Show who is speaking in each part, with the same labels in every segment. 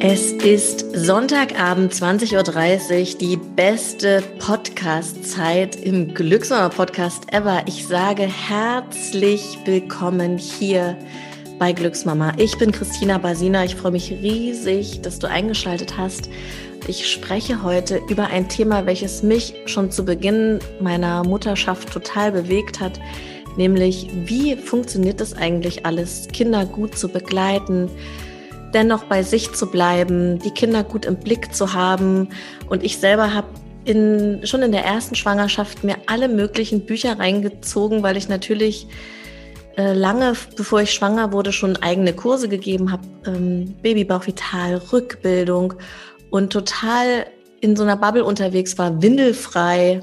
Speaker 1: Es ist Sonntagabend 20:30 Uhr, die beste Podcast-Zeit im Glücksmama-Podcast ever. Ich sage herzlich willkommen hier bei Glücksmama. Ich bin Christina Basina. Ich freue mich riesig, dass du eingeschaltet hast. Ich spreche heute über ein Thema, welches mich schon zu Beginn meiner Mutterschaft total bewegt hat, nämlich wie funktioniert das eigentlich alles, Kinder gut zu begleiten, dennoch bei sich zu bleiben, die Kinder gut im Blick zu haben. Und ich selber habe schon in der ersten Schwangerschaft mir alle möglichen Bücher reingezogen, weil ich natürlich lange bevor ich schwanger wurde schon eigene Kurse gegeben habe, Babybauch Vital, Rückbildung und total in so einer Bubble unterwegs war, windelfrei,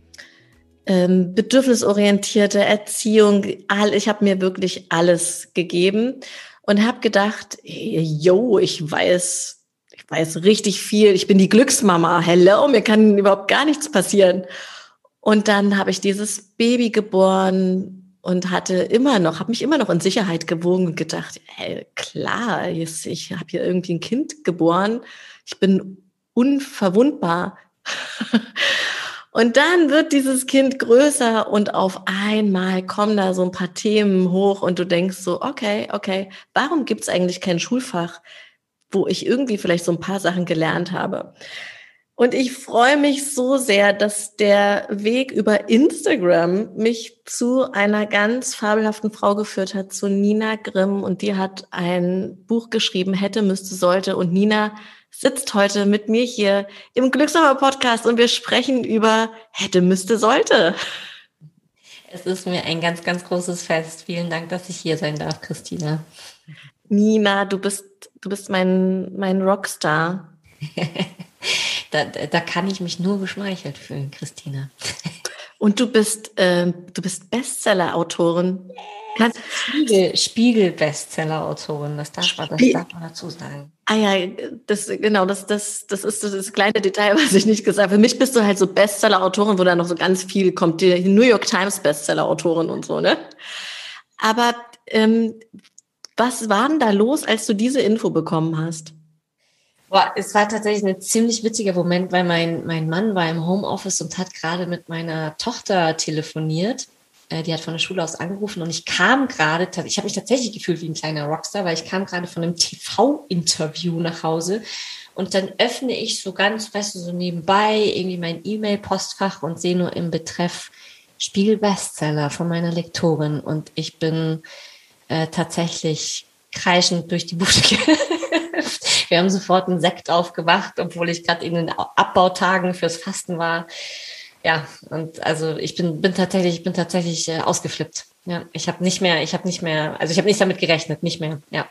Speaker 1: bedürfnisorientierte Erziehung. Ich habe mir wirklich alles gegeben. Und habe gedacht, yo, ich weiß richtig viel. Ich bin die Glücksmama. Hello, mir kann überhaupt gar nichts passieren. Und dann habe ich dieses Baby geboren und habe mich immer noch in Sicherheit gewogen und gedacht, hey, klar, ich habe hier irgendwie ein Kind geboren. Ich bin unverwundbar. Und dann wird dieses Kind größer und auf einmal kommen da so ein paar Themen hoch und du denkst so, okay, warum gibt es eigentlich kein Schulfach, wo ich irgendwie vielleicht so ein paar Sachen gelernt habe? Und ich freue mich so sehr, dass der Weg über Instagram mich zu einer ganz fabelhaften Frau geführt hat, zu Nina Grimm. Und die hat ein Buch geschrieben, Hätte, Müsste, Sollte. Und Nina sitzt heute mit mir hier im Glücksmama-Podcast und wir sprechen über Hätte, Müsste, Sollte.
Speaker 2: Es ist mir ein ganz, ganz großes Fest. Vielen Dank, dass ich hier sein darf, Christina.
Speaker 1: Nina, du bist mein Rockstar.
Speaker 2: Da kann ich mich nur geschmeichelt fühlen, Christina.
Speaker 1: Und du bist Bestseller-Autorin.
Speaker 2: Spiegel-Bestseller-Autorin, das darf man dazu sagen.
Speaker 1: Ah ja, das ist das kleine Detail, was ich nicht gesagt habe. Für mich bist du halt so Bestseller-Autorin, wo da noch so ganz viel kommt, die New York Times Bestseller-Autorin und so, ne? Aber was war denn da los, als du diese Info bekommen hast?
Speaker 2: Boah, es war tatsächlich ein ziemlich witziger Moment, weil mein Mann war im Homeoffice und hat gerade mit meiner Tochter telefoniert. Die hat von der Schule aus angerufen und ich habe mich tatsächlich gefühlt wie ein kleiner Rockstar, weil ich kam gerade von einem TV-Interview nach Hause und dann öffne ich so ganz, weißt du, so nebenbei irgendwie mein E-Mail-Postfach und sehe nur im Betreff Spiegel-Bestseller von meiner Lektorin und ich bin tatsächlich kreischend durch die Bude gehüpft. Wir haben sofort einen Sekt aufgemacht, obwohl ich gerade in den Abbautagen fürs Fasten war. Ja, und also ich bin tatsächlich ausgeflippt. Ja, ich habe nicht damit gerechnet, nicht mehr. Ja.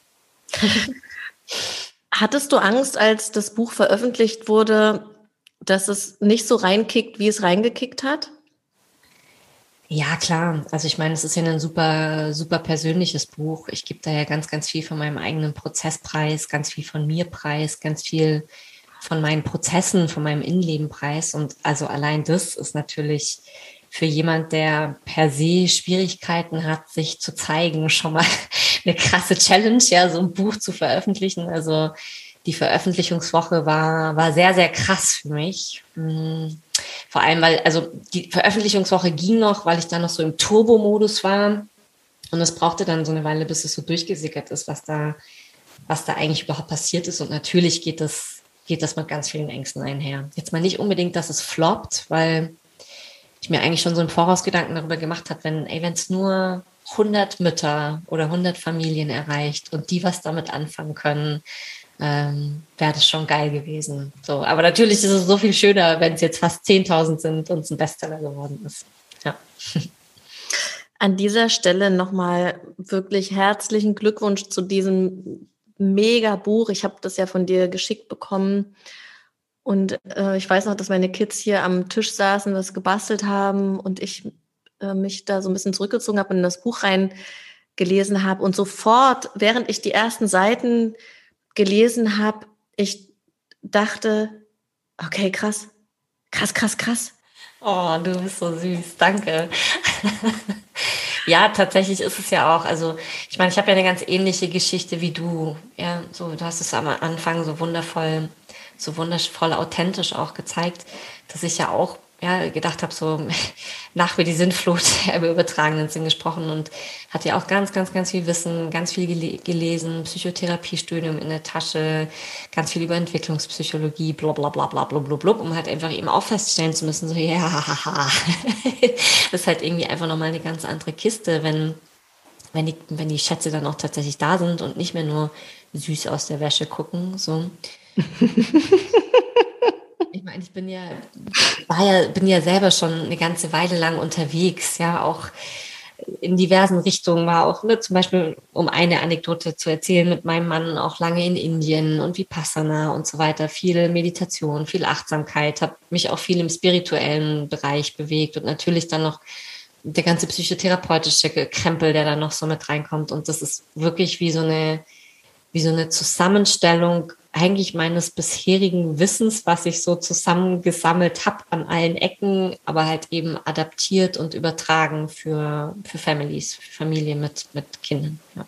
Speaker 1: Hattest du Angst, als das Buch veröffentlicht wurde, dass es nicht so reinkickt, wie es reingekickt hat?
Speaker 2: Ja, klar. Also ich meine, es ist ja ein super, super persönliches Buch. Ich gebe da ja ganz, ganz viel von meinem eigenen Prozess preis, ganz viel von mir preis, ganz viel von meinen Prozessen, von meinem Innenleben preis. Und also allein das ist natürlich für jemand, der per se Schwierigkeiten hat, sich zu zeigen, schon mal eine krasse Challenge, ja, so ein Buch zu veröffentlichen. Also die Veröffentlichungswoche war sehr, sehr krass für mich. Vor allem, weil, also die Veröffentlichungswoche ging noch, weil ich dann noch so im Turbo-Modus war. Und es brauchte dann so eine Weile, bis es so durchgesickert ist, was da eigentlich überhaupt passiert ist. Und natürlich geht das mit ganz vielen Ängsten einher. Jetzt mal nicht unbedingt, dass es floppt, weil ich mir eigentlich schon so im Voraus Gedanken darüber gemacht habe, wenn es nur 100 Mütter oder 100 Familien erreicht und die was damit anfangen können, wäre das schon geil gewesen. So, aber natürlich ist es so viel schöner, wenn es jetzt fast 10.000 sind und es ein Bestseller geworden ist. Ja.
Speaker 1: An dieser Stelle nochmal wirklich herzlichen Glückwunsch zu diesem Mega-Buch. Ich habe das ja von dir geschickt bekommen. Und ich weiß noch, dass meine Kids hier am Tisch saßen, was gebastelt haben und ich mich da so ein bisschen zurückgezogen habe und in das Buch reingelesen habe. Und sofort, während ich die ersten Seiten gelesen habe, ich dachte, okay, krass.
Speaker 2: Oh, du bist so süß, danke. Ja, tatsächlich ist es ja auch. Also ich meine, ich habe ja eine ganz ähnliche Geschichte wie du. Ja, so du hast es am Anfang so wundervoll authentisch auch gezeigt, dass ich ja auch gedacht habe, so nach wie die Sintflut im übertragenen Sinn gesprochen und hatte ja auch ganz, ganz, ganz viel Wissen, ganz viel gelesen, Psychotherapiestudium in der Tasche, ganz viel über Entwicklungspsychologie, bla bla bla bla bla bla bla, um halt einfach eben auch feststellen zu müssen, so ja, das ist halt irgendwie einfach nochmal eine ganz andere Kiste, wenn die Schätze dann auch tatsächlich da sind und nicht mehr nur süß aus der Wäsche gucken, so. Ich meine, bin ja selber schon eine ganze Weile lang unterwegs, ja, auch in diversen Richtungen war auch, ne, zum Beispiel, um eine Anekdote zu erzählen, mit meinem Mann auch lange in Indien und Vipassana und so weiter, viel Meditation, viel Achtsamkeit, habe mich auch viel im spirituellen Bereich bewegt und natürlich dann noch der ganze psychotherapeutische Krempel, der da noch so mit reinkommt und das ist wirklich wie so eine Zusammenstellung eigentlich meines bisherigen Wissens, was ich so zusammengesammelt habe an allen Ecken, aber halt eben adaptiert und übertragen für Families, für Familien mit Kindern. Ja.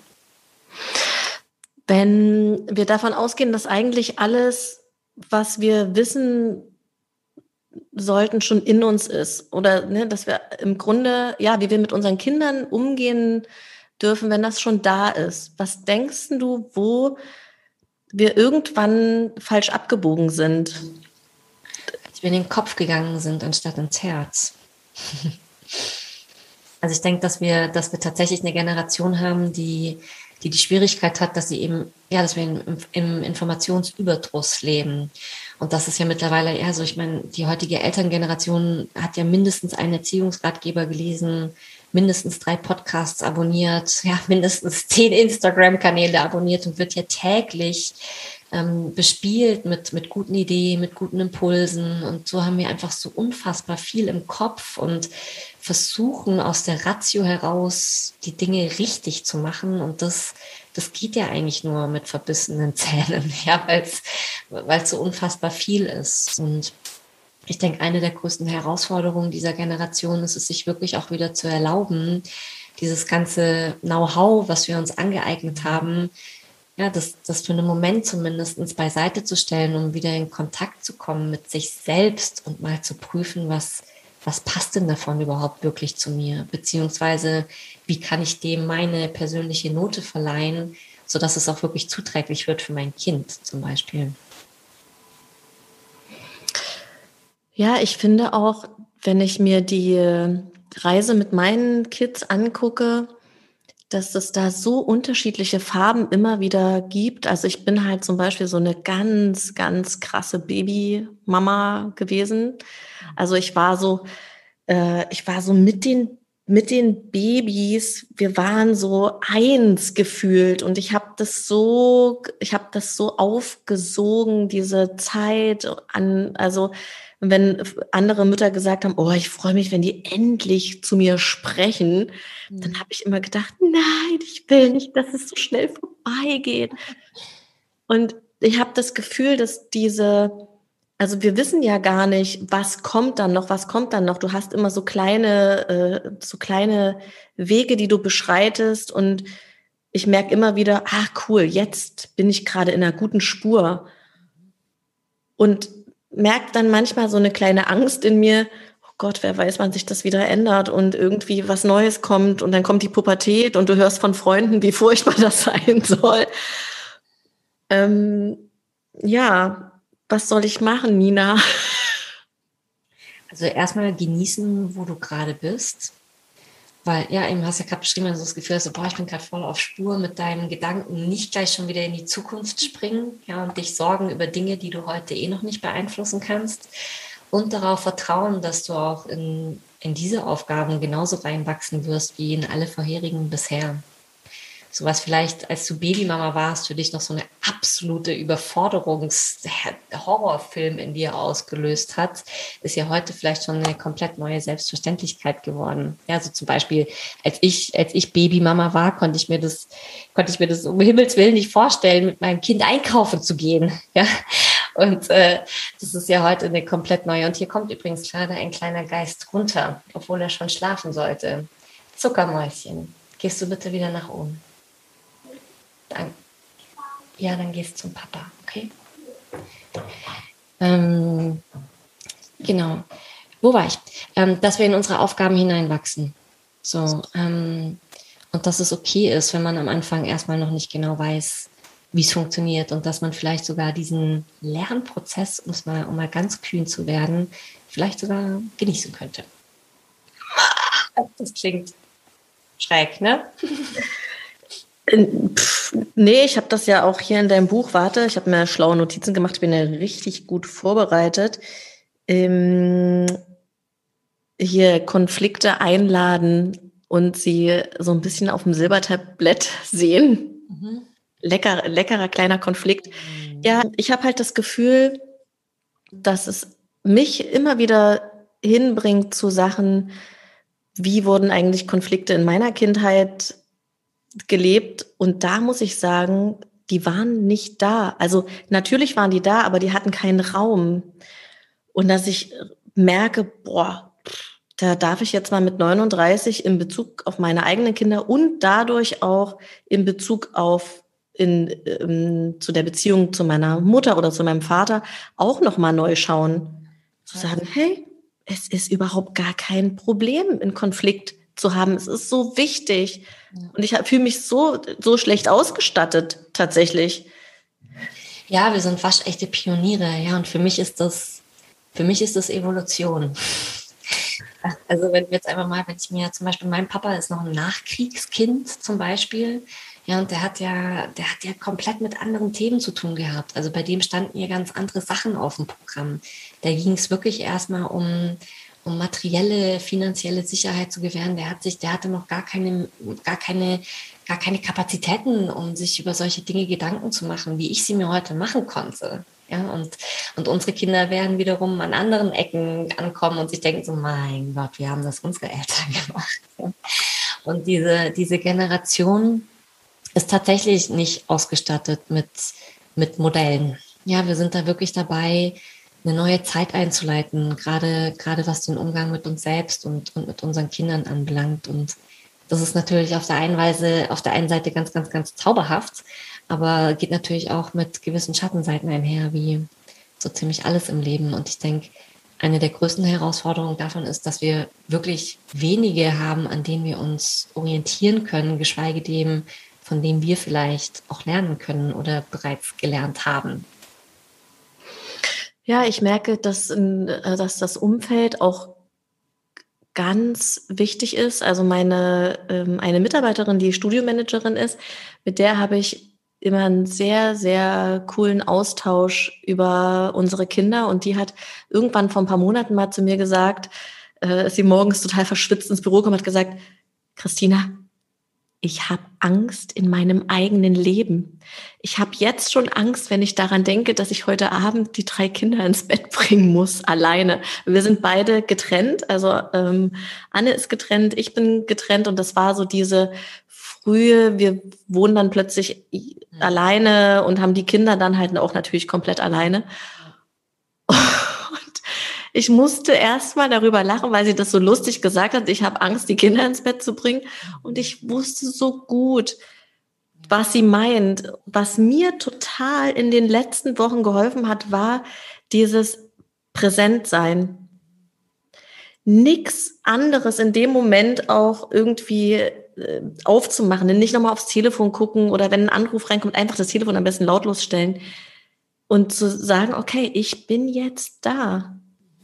Speaker 1: Wenn wir davon ausgehen, dass eigentlich alles, was wir wissen sollten, schon in uns ist oder ne, dass wir im Grunde, ja, wie wir mit unseren Kindern umgehen dürfen, wenn das schon da ist. Was denkst du, wo wir irgendwann falsch abgebogen sind?
Speaker 2: Als wir in den Kopf gegangen sind, anstatt ins Herz. Also ich denke, dass wir tatsächlich eine Generation haben, die Schwierigkeit hat, dass sie eben, ja, dass wir im Informationsüberdruss leben. Und das ist ja mittlerweile eher so, ich meine, die heutige Elterngeneration hat ja mindestens einen Erziehungsratgeber gelesen, mindestens 3 Podcasts abonniert, ja, mindestens 10 Instagram-Kanäle abonniert und wird ja täglich bespielt mit guten Ideen, mit guten Impulsen. Und so haben wir einfach so unfassbar viel im Kopf und versuchen aus der Ratio heraus die Dinge richtig zu machen. Und das geht ja eigentlich nur mit verbissenen Zähnen, ja, weil es so unfassbar viel ist. Und ich denke, eine der größten Herausforderungen dieser Generation ist es, sich wirklich auch wieder zu erlauben, dieses ganze Know-how, was wir uns angeeignet haben, ja, das für einen Moment zumindest beiseite zu stellen, um wieder in Kontakt zu kommen mit sich selbst und mal zu prüfen, was passt denn davon überhaupt wirklich zu mir? Beziehungsweise, wie kann ich dem meine persönliche Note verleihen, sodass es auch wirklich zuträglich wird für mein Kind zum Beispiel?
Speaker 1: Ja, ich finde auch, wenn ich mir die Reise mit meinen Kids angucke, dass es da so unterschiedliche Farben immer wieder gibt. Also ich bin halt zum Beispiel so eine ganz, ganz krasse Babymama gewesen. Also ich war so mit den Babys, wir waren so eins gefühlt und ich habe das so aufgesogen, diese Zeit also wenn andere Mütter gesagt haben, oh, ich freue mich, wenn die endlich zu mir sprechen, dann habe ich immer gedacht, nein, ich will nicht, dass es so schnell vorbeigeht. Und ich habe das Gefühl, dass also wir wissen ja gar nicht, was kommt dann noch, was kommt dann noch. Du hast immer so kleine Wege, die du beschreitest und ich merke immer wieder, cool, jetzt bin ich gerade in einer guten Spur und merke dann manchmal so eine kleine Angst in mir, oh Gott, wer weiß, wann sich das wieder ändert und irgendwie was Neues kommt und dann kommt die Pubertät und du hörst von Freunden, wie furchtbar das sein soll. Ja, was soll ich machen, Nina?
Speaker 2: Also erstmal genießen, wo du gerade bist. Weil, ja, eben hast ja gerade beschrieben, wenn du das Gefühl hast, so, boah, ich bin gerade voll auf Spur mit deinen Gedanken, nicht gleich schon wieder in die Zukunft springen, ja, und dich sorgen über Dinge, die du heute noch nicht beeinflussen kannst. Und darauf vertrauen, dass du auch in diese Aufgaben genauso reinwachsen wirst wie in alle vorherigen bisher. So was vielleicht, als du Babymama warst, für dich noch so eine absolute Überforderungs-Horrorfilm in dir ausgelöst hat, ist ja heute vielleicht schon eine komplett neue Selbstverständlichkeit geworden. Ja, so zum Beispiel, als ich Babymama war, konnte ich mir das um Himmels Willen nicht vorstellen, mit meinem Kind einkaufen zu gehen. Ja. Und das ist ja heute eine komplett neue. Und hier kommt übrigens gerade ein kleiner Geist runter, obwohl er schon schlafen sollte. Zuckermäuschen, gehst du bitte wieder nach oben? Ja, dann gehst du zum Papa, okay? Genau. Wo war ich? Dass wir in unsere Aufgaben hineinwachsen. So, und dass es okay ist, wenn man am Anfang erstmal noch nicht genau weiß, wie es funktioniert und dass man vielleicht sogar diesen Lernprozess, um mal ganz kühn zu werden, vielleicht sogar genießen könnte. Das klingt schräg, ne?
Speaker 1: Nee, ich habe das ja auch hier in deinem Buch, ich habe mir schlaue Notizen gemacht, ich bin ja richtig gut vorbereitet. Hier Konflikte einladen und sie so ein bisschen auf dem Silbertablett sehen. Mhm. Leckerer kleiner Konflikt. Ja, ich habe halt das Gefühl, dass es mich immer wieder hinbringt zu Sachen, wie wurden eigentlich Konflikte in meiner Kindheit gelebt? Und da muss ich sagen, die waren nicht da. Also natürlich waren die da, aber die hatten keinen Raum. Und dass ich merke, da darf ich jetzt mal mit 39 in Bezug auf meine eigenen Kinder und dadurch auch in Bezug auf zu der Beziehung zu meiner Mutter oder zu meinem Vater auch nochmal neu schauen. Zu sagen, hey, es ist überhaupt gar kein Problem, einen Konflikt zu haben. Es ist so wichtig. Ja. Und ich fühle mich so schlecht ausgestattet, tatsächlich.
Speaker 2: Ja, wir sind waschechte Pioniere. Ja, und für mich ist das Evolution. Also wenn wir jetzt einfach mal, wenn ich mir zum Beispiel, mein Papa ist noch ein Nachkriegskind zum Beispiel, ja, und der hat ja komplett mit anderen Themen zu tun gehabt. Also bei dem standen hier ganz andere Sachen auf dem Programm. Da ging es wirklich erstmal um materielle, finanzielle Sicherheit zu gewähren. Der hatte noch gar keine Kapazitäten, um sich über solche Dinge Gedanken zu machen, wie ich sie mir heute machen konnte. Ja, und unsere Kinder werden wiederum an anderen Ecken ankommen und sich denken so, mein Gott, wir haben das unsere Eltern gemacht. Ja. Und diese Generation ist tatsächlich nicht ausgestattet mit Modellen. Ja, wir sind da wirklich dabei, eine neue Zeit einzuleiten, gerade was den Umgang mit uns selbst und mit unseren Kindern anbelangt. Und das ist natürlich auf der einen Seite ganz, ganz, ganz zauberhaft, aber geht natürlich auch mit gewissen Schattenseiten einher, wie so ziemlich alles im Leben. Und ich denke, eine der größten Herausforderungen davon ist, dass wir wirklich wenige haben, an denen wir uns orientieren können, geschweige dem, von dem wir vielleicht auch lernen können oder bereits gelernt haben.
Speaker 1: Ja, ich merke, dass das Umfeld auch ganz wichtig ist. Also eine Mitarbeiterin, die Studiomanagerin ist, mit der habe ich immer einen sehr, sehr coolen Austausch über unsere Kinder. Und die hat irgendwann vor ein paar Monaten mal zu mir gesagt, ist sie morgens total verschwitzt ins Büro gekommen und hat gesagt, Christina, ich habe Angst in meinem eigenen Leben. Ich habe jetzt schon Angst, wenn ich daran denke, dass ich heute Abend die 3 Kinder ins Bett bringen muss, alleine. Wir sind beide getrennt, also Anne ist getrennt, ich bin getrennt und das war so diese frühe, wir wohnen dann plötzlich alleine und haben die Kinder dann halt auch natürlich komplett alleine. Ich musste erst mal darüber lachen, weil sie das so lustig gesagt hat. Ich habe Angst, die Kinder ins Bett zu bringen. Und ich wusste so gut, was sie meint. Was mir total in den letzten Wochen geholfen hat, war dieses Präsentsein. Nix anderes in dem Moment auch irgendwie aufzumachen. Nicht nochmal aufs Telefon gucken oder wenn ein Anruf reinkommt, einfach das Telefon am besten lautlos stellen. Und zu sagen, okay, ich bin jetzt da.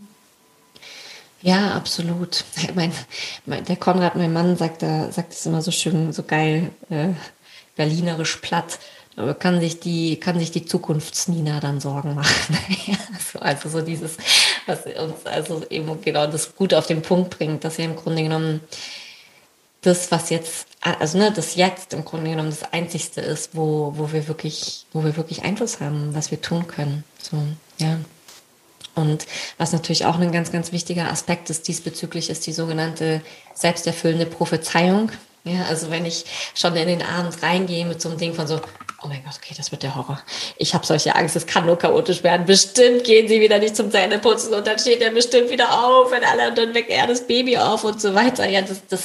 Speaker 2: Ja, absolut. Der Konrad, mein Mann, sagt es immer so schön, so geil, berlinerisch platt. Da kann sich die Zukunftsnina dann Sorgen machen. Also so dieses, was uns also eben genau das Gute auf den Punkt bringt, dass wir im Grunde genommen das, was jetzt, also das Jetzt im Grunde genommen das Einzigste ist, wo wir wirklich Einfluss haben, was wir tun können. So, ja. Und was natürlich auch ein ganz, ganz wichtiger Aspekt ist diesbezüglich, ist die sogenannte selbsterfüllende Prophezeiung. Ja, also wenn ich schon in den Abend reingehe mit so einem Ding von so, oh mein Gott, okay, das wird der Horror. Ich habe solche Angst, es kann nur chaotisch werden. Bestimmt gehen sie wieder nicht zum Zähneputzen und dann steht er bestimmt wieder auf, wenn alle und dann weckt er das Baby auf und so weiter. Ja, das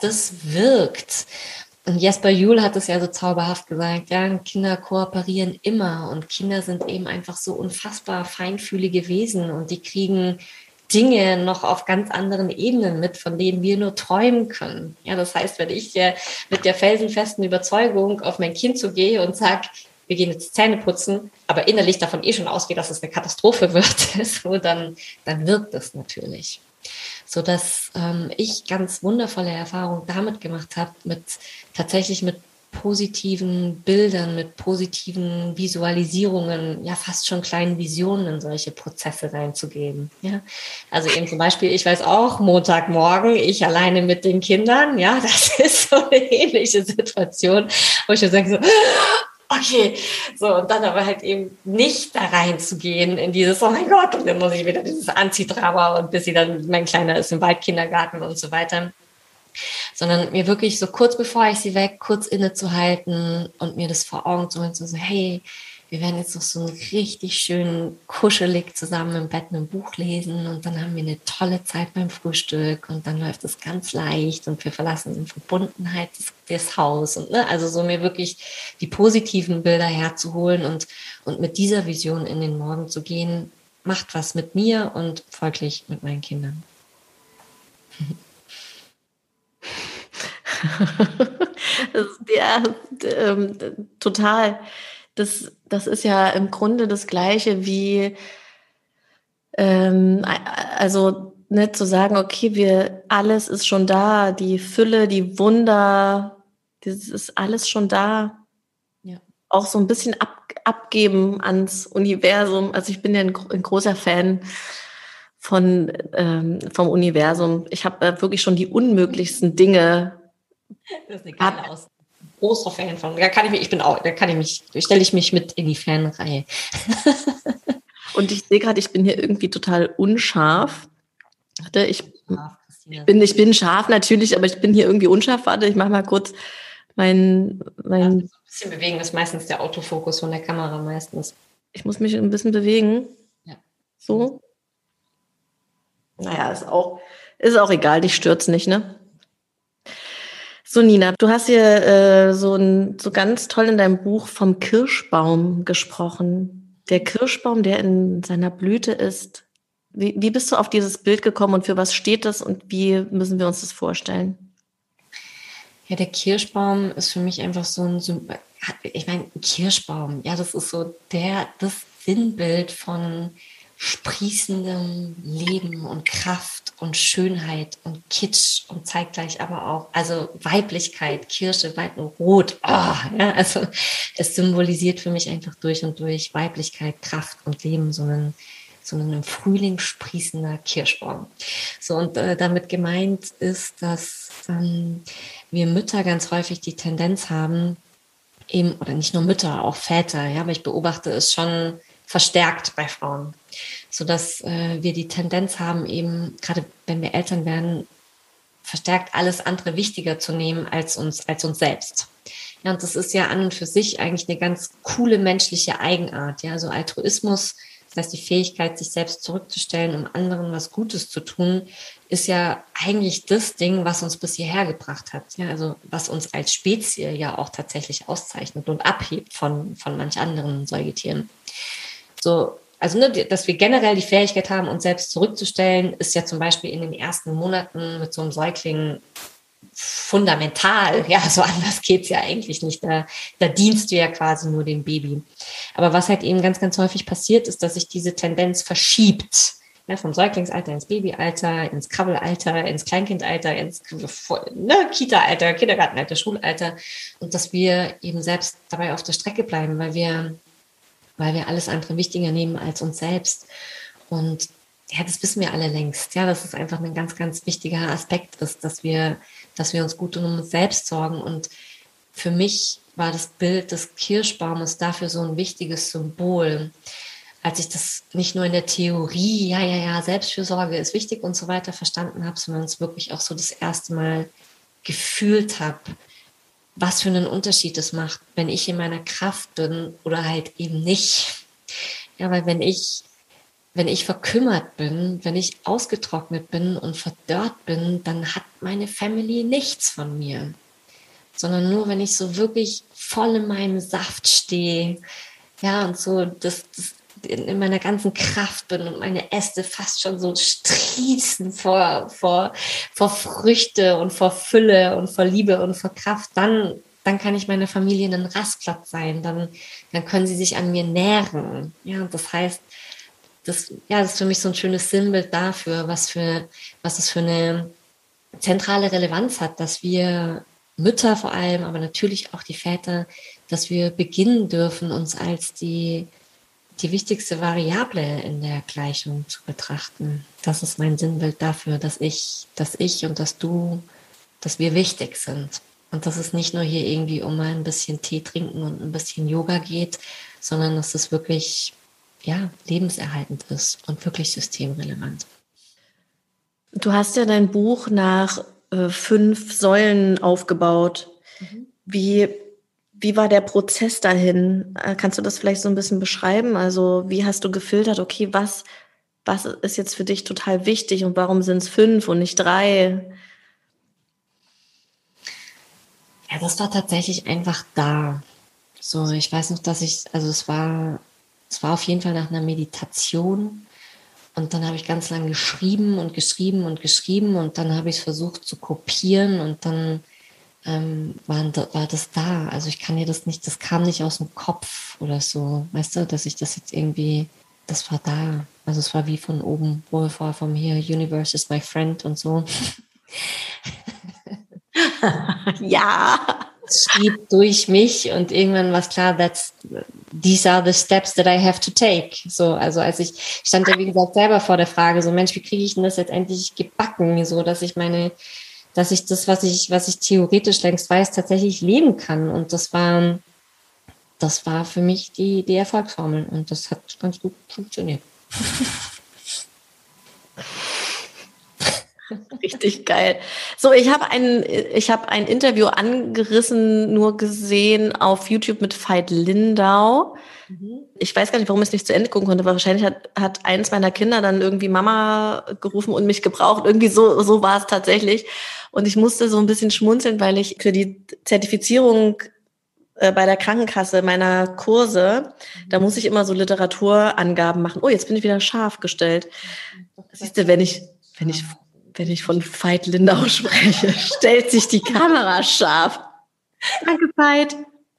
Speaker 2: das wirkt. Und Jesper Juhl hat es ja so zauberhaft gesagt, ja, Kinder kooperieren immer und Kinder sind eben einfach so unfassbar feinfühlige Wesen und die kriegen Dinge noch auf ganz anderen Ebenen mit, von denen wir nur träumen können. Ja, das heißt, wenn ich mit der felsenfesten Überzeugung auf mein Kind zugehe und sage, wir gehen jetzt Zähne putzen, aber innerlich davon schon ausgehe, dass es eine Katastrophe wird, so, dann wirkt das natürlich. So dass ich ganz wundervolle Erfahrungen damit gemacht habe, tatsächlich mit positiven Bildern, mit positiven Visualisierungen, ja fast schon kleinen Visionen in solche Prozesse reinzugeben. Ja? Also eben zum Beispiel, ich weiß auch, Montagmorgen, ich alleine mit den Kindern, ja, das ist so eine ähnliche Situation, wo ich schon sage so, okay, so, und dann aber halt eben nicht da reinzugehen in dieses, oh mein Gott, und dann muss ich wieder dieses Anziehdrama und bis mein Kleiner ist im Waldkindergarten und so weiter. Sondern mir wirklich so kurz bevor ich sie weg, kurz innezuhalten und mir das vor Augen zu holen, so, hey, wir werden jetzt noch so richtig schön kuschelig zusammen im Bett ein Buch lesen und dann haben wir eine tolle Zeit beim Frühstück und dann läuft es ganz leicht und wir verlassen in Verbundenheit das Haus und also so mir wirklich die positiven Bilder herzuholen und mit dieser Vision in den Morgen zu gehen, macht was mit mir und folglich mit meinen Kindern.
Speaker 1: Ja, total. Das ist ja im Grunde das Gleiche wie, also nicht zu sagen, okay, alles ist schon da, die Fülle, die Wunder, das ist alles schon da. Ja. Auch so ein bisschen abgeben ans Universum. Also ich bin ja ein großer Fan vom Universum. Ich habe wirklich schon die unmöglichsten Dinge.
Speaker 2: Das ist eine geile Aussage. Großer Fan von. Stelle ich mich mit in die Fanreihe.
Speaker 1: Und ich sehe gerade, ich bin hier irgendwie total unscharf. Warte, ich bin scharf natürlich, aber ich bin hier irgendwie unscharf. Warte, ich mache mal kurz mein
Speaker 2: ein bisschen bewegen ist meistens der Autofokus von der Kamera meistens.
Speaker 1: Ich muss mich ein bisschen bewegen.
Speaker 2: Ja.
Speaker 1: So. Naja, ist auch egal, dich stört's nicht, ne? So, Nina, du hast hier so ganz toll in deinem Buch vom Kirschbaum gesprochen. Der Kirschbaum, der in seiner Blüte ist. Wie bist du auf dieses Bild gekommen und für was steht das und wie müssen wir uns das vorstellen?
Speaker 2: Ja, der Kirschbaum ist für mich einfach so ein Symbol. Ich meine, Kirschbaum, ja, das ist so das Sinnbild von sprießendem Leben und Kraft und Schönheit und Kitsch und zeitgleich aber auch, also Weiblichkeit, Kirsche, Rot. Oh, ja, also es symbolisiert für mich einfach durch und durch Weiblichkeit, Kraft und Leben, so ein im Frühling sprießender Kirschbaum. So, und damit gemeint ist, dass wir Mütter ganz häufig die Tendenz haben, eben, oder nicht nur Mütter, auch Väter, ja, aber ich beobachte es schon verstärkt bei Frauen, sodass wir die Tendenz haben, eben, gerade wenn wir Eltern werden, verstärkt alles andere wichtiger zu nehmen als uns selbst. Ja, und das ist ja an und für sich eigentlich eine ganz coole menschliche Eigenart. Ja, also Altruismus, das heißt, die Fähigkeit, sich selbst zurückzustellen, um anderen was Gutes zu tun, ist ja eigentlich das Ding, was uns bis hierher gebracht hat. Ja, also was uns als Spezies ja auch tatsächlich auszeichnet und abhebt von manch anderen Säugetieren. So, also, dass wir generell die Fähigkeit haben, uns selbst zurückzustellen, ist ja zum Beispiel in den ersten Monaten mit so einem Säugling fundamental. Ja, so anders geht's ja eigentlich nicht. Da dienst du ja quasi nur dem Baby. Aber was halt eben ganz, ganz häufig passiert, ist, dass sich diese Tendenz verschiebt. Ja, vom Säuglingsalter ins Babyalter, ins Krabbelalter, ins Kleinkindalter, ins Kita-Alter, Kindergartenalter, Schulalter. Und dass wir eben selbst dabei auf der Strecke bleiben, weil wir alles andere wichtiger nehmen als uns selbst. Und ja, das wissen wir alle längst. Ja, das ist einfach ein ganz, ganz wichtiger Aspekt, dass wir uns gut um uns selbst sorgen. Und für mich war das Bild des Kirschbaumes dafür so ein wichtiges Symbol. Als ich das nicht nur in der Theorie, ja, Selbstfürsorge ist wichtig und so weiter verstanden habe, sondern es wirklich auch so das erste Mal gefühlt habe, was für einen Unterschied es macht, wenn ich in meiner Kraft bin oder halt eben nicht. Ja, weil wenn ich wenn ich verkümmert bin, wenn ich ausgetrocknet bin und verdörrt bin, dann hat meine Family nichts von mir. Sondern nur, wenn ich so wirklich voll in meinem Saft stehe, ja, und so das in meiner ganzen Kraft bin und meine Äste fast schon so sprießen vor Früchte und vor Fülle und vor Liebe und vor Kraft, dann kann ich meiner Familie ein Rastplatz sein, dann können sie sich an mir nähren. Ja, das heißt, das ist für mich so ein schönes Sinnbild dafür, was es für eine zentrale Relevanz hat, dass wir Mütter vor allem, aber natürlich auch die Väter, dass wir beginnen dürfen, uns als die wichtigste Variable in der Gleichung zu betrachten. Das ist mein Sinnbild dafür, dass ich und dass du, dass wir wichtig sind. Und dass es nicht nur hier irgendwie um ein bisschen Tee trinken und ein bisschen Yoga geht, sondern dass es wirklich, ja, lebenserhaltend ist und wirklich systemrelevant.
Speaker 1: Du hast ja dein Buch nach 5 Säulen aufgebaut. Wie war der Prozess dahin? Kannst du das vielleicht so ein bisschen beschreiben? Also wie hast du gefiltert, okay, was ist jetzt für dich total wichtig und warum sind es 5 und nicht 3?
Speaker 2: Ja, das war tatsächlich einfach da. So, ich weiß noch, es war auf jeden Fall nach einer Meditation. Und dann habe ich ganz lange geschrieben und geschrieben und geschrieben und dann habe ich es versucht zu kopieren und dann war das da. Also ich kann dir das nicht, das kam nicht aus dem Kopf oder so, weißt du, dass ich das jetzt irgendwie, das war da. Also es war wie von oben, wohl vor vom hier, Universe is my friend und so.
Speaker 1: Ja.
Speaker 2: Es schrieb durch mich und irgendwann war es klar, these are the steps that I have to take. So, also als ich stand ja, wie gesagt, selber vor der Frage, so Mensch, wie kriege ich denn das jetzt endlich gebacken, so dass ich das, was ich theoretisch längst weiß, tatsächlich leben kann. Und das war für mich die Erfolgsformel und das hat ganz gut funktioniert.
Speaker 1: Richtig geil. So, ich habe ein Interview angerissen, nur gesehen auf YouTube mit Veit Lindau. Ich weiß gar nicht, warum ich es nicht zu Ende gucken konnte, aber wahrscheinlich hat eins meiner Kinder dann irgendwie Mama gerufen und mich gebraucht. Irgendwie so war es tatsächlich. Und ich musste so ein bisschen schmunzeln, weil ich für die Zertifizierung bei der Krankenkasse meiner Kurse, da muss ich immer so Literaturangaben machen. Oh, jetzt bin ich wieder scharf gestellt. Siehst du, wenn ich von Veit Lindau spreche, stellt sich die Kamera scharf. Danke, Veit.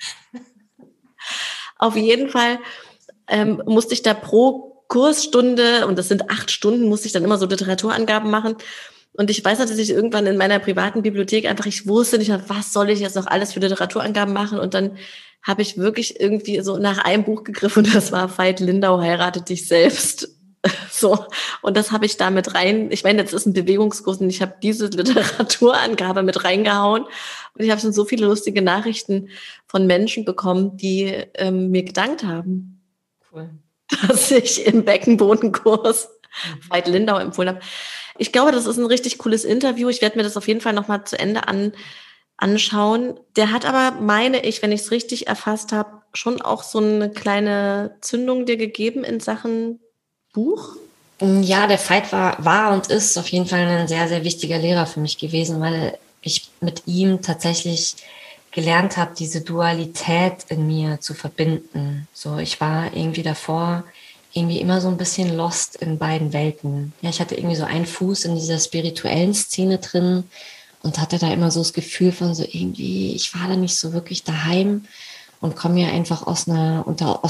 Speaker 1: Auf jeden Fall musste ich da pro Kursstunde, und das sind 8 Stunden, musste ich dann immer so Literaturangaben machen. Und ich weiß, dass ich irgendwann in meiner privaten Bibliothek ich wusste nicht mehr, was soll ich jetzt noch alles für Literaturangaben machen. Und dann habe ich wirklich irgendwie so nach einem Buch gegriffen und das war Veit Lindau, heirate dich selbst. So, und das habe ich da mit rein. Ich meine, das ist ein Bewegungskurs und ich habe diese Literaturangabe mit reingehauen. Und ich habe schon so viele lustige Nachrichten von Menschen bekommen, die mir gedankt haben,
Speaker 2: Cool,
Speaker 1: dass ich im Beckenbodenkurs Veit Lindau empfohlen habe. Ich glaube, das ist ein richtig cooles Interview. Ich werde mir das auf jeden Fall nochmal zu Ende anschauen. Der hat aber, meine ich, wenn ich es richtig erfasst habe, schon auch so eine kleine Zündung dir gegeben in Sachen Buch?
Speaker 2: Ja, der Veit war und ist auf jeden Fall ein sehr, sehr wichtiger Lehrer für mich gewesen, weil ich mit ihm tatsächlich gelernt habe, diese Dualität in mir zu verbinden. So, ich war irgendwie davor irgendwie immer so ein bisschen lost in beiden Welten. Ja, ich hatte irgendwie so einen Fuß in dieser spirituellen Szene drin und hatte da immer so das Gefühl von so irgendwie, ich war da nicht so wirklich daheim und komme ja einfach aus einer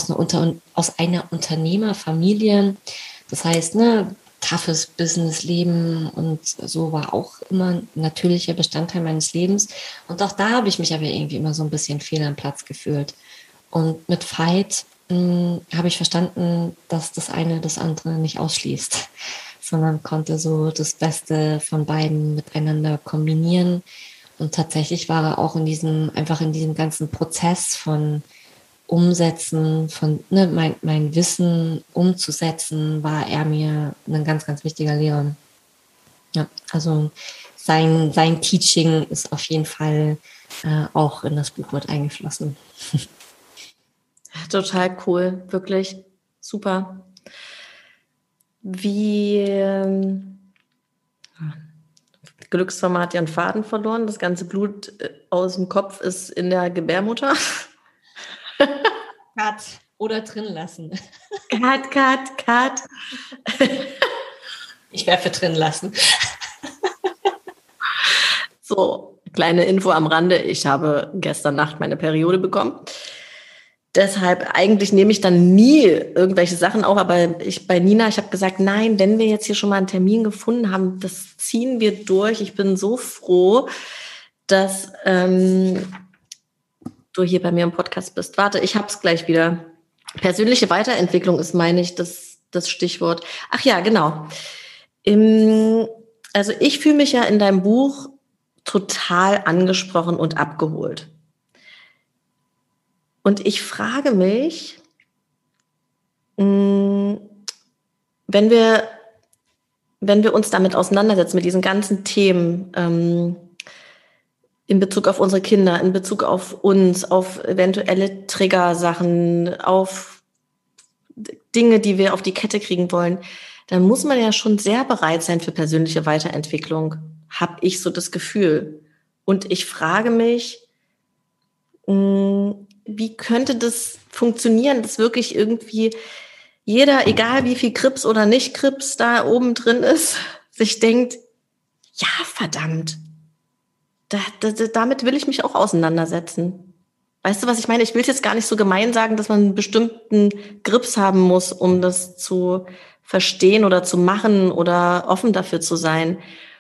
Speaker 2: Unternehmerfamilie. Das heißt, ne, toughes Businessleben und so war auch immer ein natürlicher Bestandteil meines Lebens. Und auch da habe ich mich aber irgendwie immer so ein bisschen fehl am Platz gefühlt. Und mit Veit habe ich verstanden, dass das eine das andere nicht ausschließt, sondern konnte so das Beste von beiden miteinander kombinieren. Und tatsächlich war er auch in diesem ganzen Prozess von Umsetzen, von mein Wissen umzusetzen, war er mir ein ganz, ganz wichtiger Lehrer. Ja, also sein Teaching ist auf jeden Fall auch in das Buch mit eingeflossen.
Speaker 1: Total cool, wirklich super. wie Glücksmama hat ihren Faden verloren. Das ganze Blut aus dem Kopf ist in der Gebärmutter.
Speaker 2: Cut. Oder drin lassen.
Speaker 1: Cut.
Speaker 2: Ich wäre für drin lassen.
Speaker 1: So, kleine Info am Rande. Ich habe gestern Nacht meine Periode bekommen. Deshalb eigentlich nehme ich dann nie irgendwelche Sachen auf, aber bei Nina, ich habe gesagt, nein, wenn wir jetzt hier schon mal einen Termin gefunden haben, das ziehen wir durch. Ich bin so froh, dass du hier bei mir im Podcast bist. Warte, ich hab's gleich wieder. Persönliche Weiterentwicklung ist, meine ich, das Stichwort. Ach ja, genau. Also ich fühle mich ja in deinem Buch total angesprochen und abgeholt. Und ich frage mich, wenn wir uns damit auseinandersetzen, mit diesen ganzen Themen, in Bezug auf unsere Kinder, in Bezug auf uns, auf eventuelle Triggersachen, auf Dinge, die wir auf die Kette kriegen wollen, dann muss man ja schon sehr bereit sein für persönliche Weiterentwicklung, habe ich so das Gefühl. Und ich frage mich, wie könnte das funktionieren, dass wirklich irgendwie jeder, egal wie viel Krips oder nicht Krips da oben drin ist, sich denkt, ja, verdammt, damit will ich mich auch auseinandersetzen. Weißt du, was ich meine? Ich will es jetzt gar nicht so gemein sagen, dass man einen bestimmten Grips haben muss, um das zu verstehen oder zu machen oder offen dafür zu sein.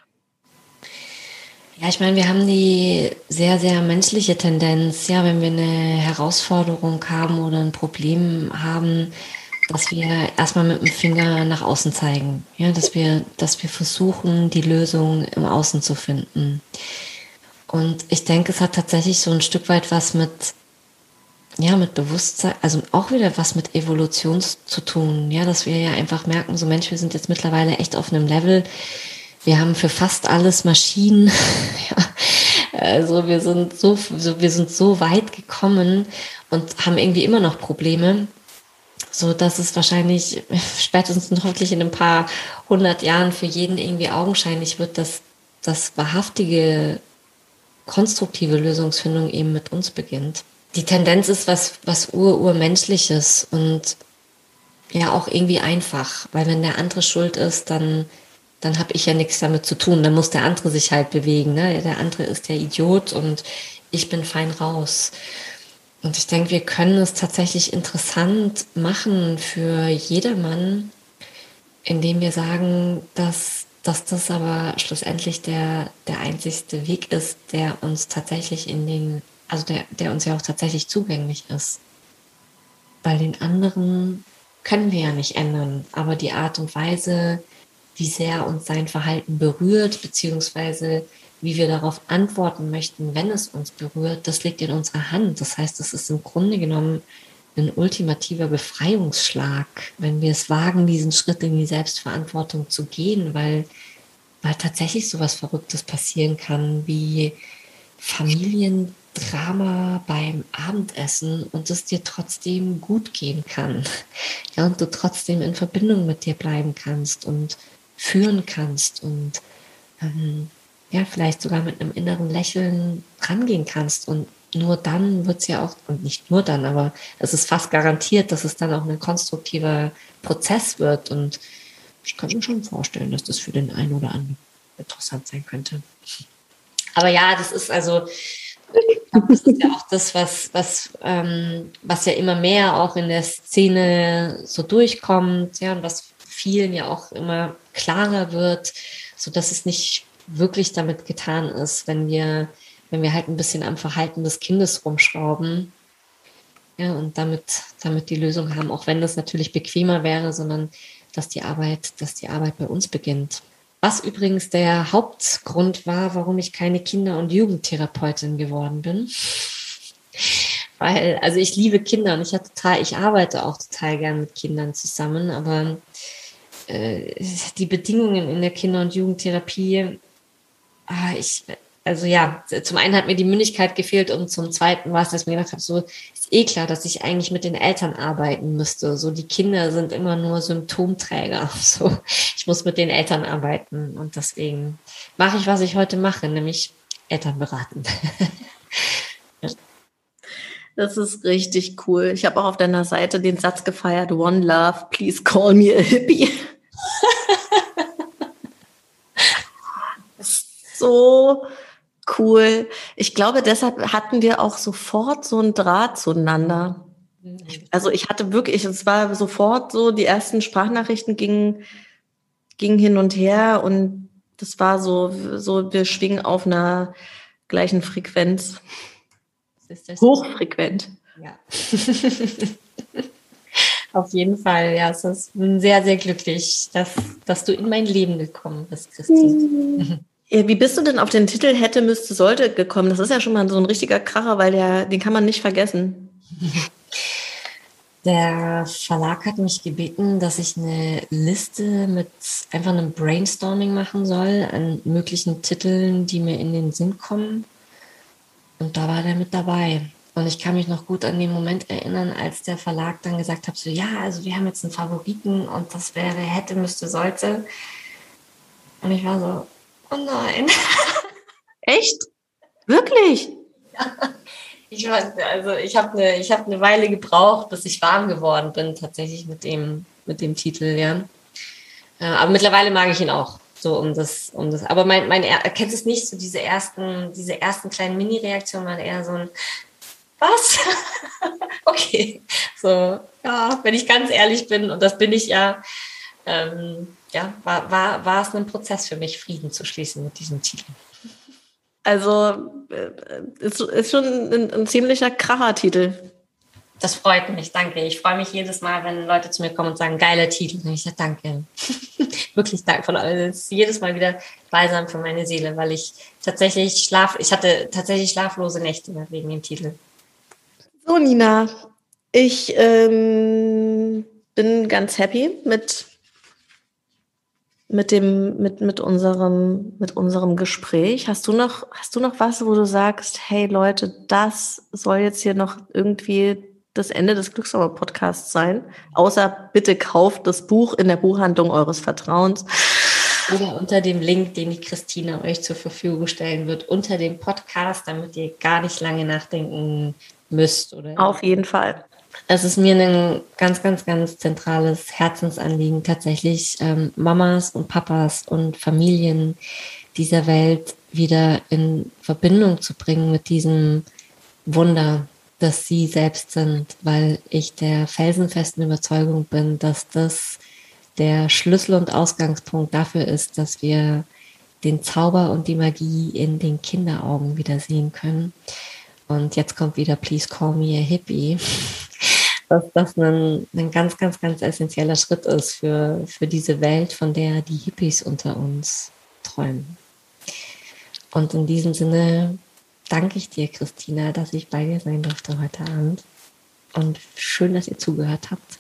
Speaker 2: Ja, ich meine, wir haben die sehr, sehr menschliche Tendenz, ja, wenn wir eine Herausforderung haben oder ein Problem haben, dass wir erstmal mit dem Finger nach außen zeigen, ja, dass wir versuchen, die Lösung im Außen zu finden. Und ich denke, es hat tatsächlich so ein Stück weit was mit Bewusstsein, also auch wieder was mit Evolution zu tun, ja, dass wir ja einfach merken, so Mensch, wir sind jetzt mittlerweile echt auf einem Level, wir haben für fast alles Maschinen, ja, also wir sind so weit gekommen und haben irgendwie immer noch Probleme, so dass es wahrscheinlich spätestens hoffentlich in ein paar 100 Jahren für jeden irgendwie augenscheinlich wird, dass das wahrhaftige konstruktive Lösungsfindung eben mit uns beginnt. Die Tendenz ist was urmenschliches und ja auch irgendwie einfach, weil wenn der andere schuld ist, dann habe ich ja nichts damit zu tun. Dann muss der andere sich halt bewegen. Ne? Der andere ist der Idiot und ich bin fein raus. Und ich denke, wir können es tatsächlich interessant machen für jedermann, indem wir sagen, dass das aber schlussendlich der einzigste Weg ist, der uns tatsächlich der uns ja auch tatsächlich zugänglich ist. Weil den anderen können wir ja nicht ändern, aber die Art und Weise, wie sehr uns sein Verhalten berührt, beziehungsweise wie wir darauf antworten möchten, wenn es uns berührt, das liegt in unserer Hand. Das heißt, es ist im Grunde genommen ein ultimativer Befreiungsschlag, wenn wir es wagen, diesen Schritt in die Selbstverantwortung zu gehen, weil tatsächlich sowas Verrücktes passieren kann, wie Familiendrama beim Abendessen und es dir trotzdem gut gehen kann. Ja, und du trotzdem in Verbindung mit dir bleiben kannst und führen kannst und ja, vielleicht sogar mit einem inneren Lächeln rangehen kannst. Und nur dann wird es ja auch, und nicht nur dann, aber es ist fast garantiert, dass es dann auch ein konstruktiver Prozess wird. Und ich kann mir schon vorstellen, dass das für den einen oder anderen interessant sein könnte. Aber ja, das ist also, ich glaube, das ist ja auch das, was ja immer mehr auch in der Szene so durchkommt, ja, und was vielen ja auch immer klarer wird, so dass es nicht wirklich damit getan ist, wenn wir halt ein bisschen am Verhalten des Kindes rumschrauben, ja, und damit die Lösung haben, auch wenn das natürlich bequemer wäre, sondern dass die Arbeit bei uns beginnt. Was übrigens der Hauptgrund war, warum ich keine Kinder- und Jugendtherapeutin geworden bin. Weil, also ich liebe Kinder und ich arbeite auch total gern mit Kindern zusammen, aber die Bedingungen in der Kinder- und Jugendtherapie, also ja, zum einen hat mir die Mündigkeit gefehlt und zum zweiten war es, dass ich mir gedacht habe, so ist klar, dass ich eigentlich mit den Eltern arbeiten müsste. So die Kinder sind immer nur Symptomträger. So ich muss mit den Eltern arbeiten und deswegen mache ich, was ich heute mache, nämlich Eltern beraten.
Speaker 1: Das ist richtig cool. Ich habe auch auf deiner Seite den Satz gefeiert: One love, please call me a hippie. So cool. Ich glaube, deshalb hatten wir auch sofort so einen Draht zueinander. Also ich hatte wirklich, es war sofort so, die ersten Sprachnachrichten gingen hin und her und das war so, wir schwingen auf einer gleichen Frequenz. Hochfrequent.
Speaker 2: Ja. Auf jeden Fall, ja, es ist sehr, sehr glücklich, dass du in mein Leben gekommen bist, Christine.
Speaker 1: Wie bist du denn auf den Titel Hätte, Müsste, Sollte gekommen? Das ist ja schon mal so ein richtiger Kracher, weil den kann man nicht vergessen.
Speaker 2: Der Verlag hat mich gebeten, dass ich eine Liste mit einfach einem Brainstorming machen soll an möglichen Titeln, die mir in den Sinn kommen. Und da war der mit dabei. Und ich kann mich noch gut an den Moment erinnern, als der Verlag dann gesagt hat, so ja, also wir haben jetzt einen Favoriten und das wäre Hätte, Müsste, Sollte. Und ich war so, oh nein.
Speaker 1: Echt? Wirklich?
Speaker 2: Ja. Ich habe eine Weile gebraucht, bis ich warm geworden bin, tatsächlich mit dem Titel, ja. Aber mittlerweile mag ich ihn auch. So um das. Aber kennst du es nicht? So diese ersten kleinen Mini-Reaktionen waren eher so ein was? Okay. So, ja, wenn ich ganz ehrlich bin, und das bin ich ja, war es ein Prozess für mich, Frieden zu schließen mit diesem Titel.
Speaker 1: Also ist schon ein ziemlicher Kracher-Titel.
Speaker 2: Das freut mich, danke. Ich freue mich jedes Mal, wenn Leute zu mir kommen und sagen, geiler Titel. Und ich sage, danke. Wirklich danke von allen. Das ist jedes Mal wieder balsam für meine Seele, weil ich hatte tatsächlich schlaflose Nächte wegen dem Titel.
Speaker 1: So, Nina, ich bin ganz happy mit unserem Gespräch. Hast du noch was, wo du sagst, hey Leute, das soll jetzt hier noch irgendwie das Ende des Glückssommer-Podcasts sein? Außer bitte kauft das Buch in der Buchhandlung eures Vertrauens.
Speaker 2: Oder unter dem Link, den die Christine euch zur Verfügung stellen wird, unter dem Podcast, damit ihr gar nicht lange nachdenken müsst. Oder?
Speaker 1: Auf jeden Fall.
Speaker 2: Es ist mir ein ganz, ganz, ganz zentrales Herzensanliegen, tatsächlich Mamas und Papas und Familien dieser Welt wieder in Verbindung zu bringen mit diesem Wunder, das sie selbst sind, weil ich der felsenfesten Überzeugung bin, dass das der Schlüssel und Ausgangspunkt dafür ist, dass wir den Zauber und die Magie in den Kinderaugen wieder sehen können. Und jetzt kommt wieder Please Call Me a Hippie. Dass das ein ganz, ganz, ganz essentieller Schritt ist für diese Welt, von der die Hippies unter uns träumen. Und in diesem Sinne danke ich dir, Christina, dass ich bei dir sein durfte heute Abend. Und schön, dass ihr zugehört habt.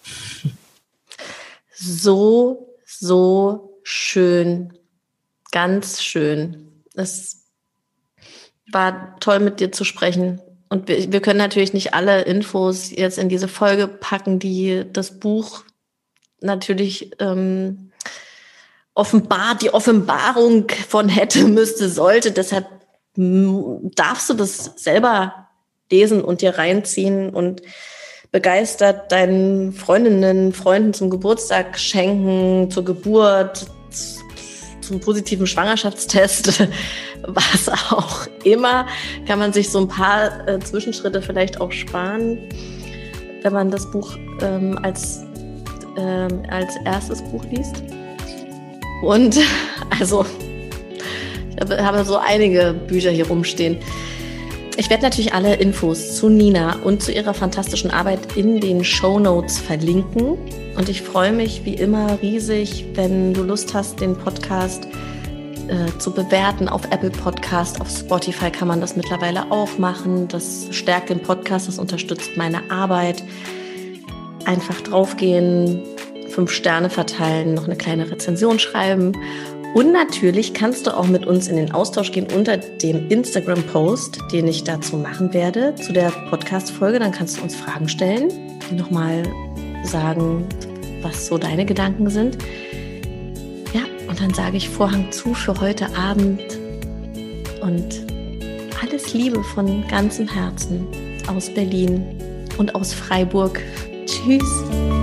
Speaker 1: So schön. Ganz schön. Es war toll, mit dir zu sprechen. Und wir können natürlich nicht alle Infos jetzt in diese Folge packen, die das Buch natürlich offenbart, die Offenbarung von Hätte, Müsste, Sollte. Deshalb darfst du das selber lesen und dir reinziehen und begeistert deinen Freundinnen, Freunden zum Geburtstag schenken, zur Geburt, zum positiven Schwangerschaftstest, was auch immer, kann man sich so ein paar Zwischenschritte vielleicht auch sparen, wenn man das Buch als erstes Buch liest. Und also, ich habe so einige Bücher hier rumstehen. Ich werde natürlich alle Infos zu Nina und zu ihrer fantastischen Arbeit in den Shownotes verlinken. Und ich freue mich wie immer riesig, wenn du Lust hast, den Podcast zu bewerten auf Apple Podcast, auf Spotify kann man das mittlerweile auch machen. Das stärkt den Podcast, das unterstützt meine Arbeit. Einfach draufgehen, 5 Sterne verteilen, noch eine kleine Rezension schreiben Und natürlich kannst du auch mit uns in den Austausch gehen unter dem Instagram-Post, den ich dazu machen werde, zu der Podcast-Folge. Dann kannst du uns Fragen stellen, nochmal sagen, was so deine Gedanken sind. Ja, und dann sage ich Vorhang zu für heute Abend und alles Liebe von ganzem Herzen aus Berlin und aus Freiburg. Tschüss.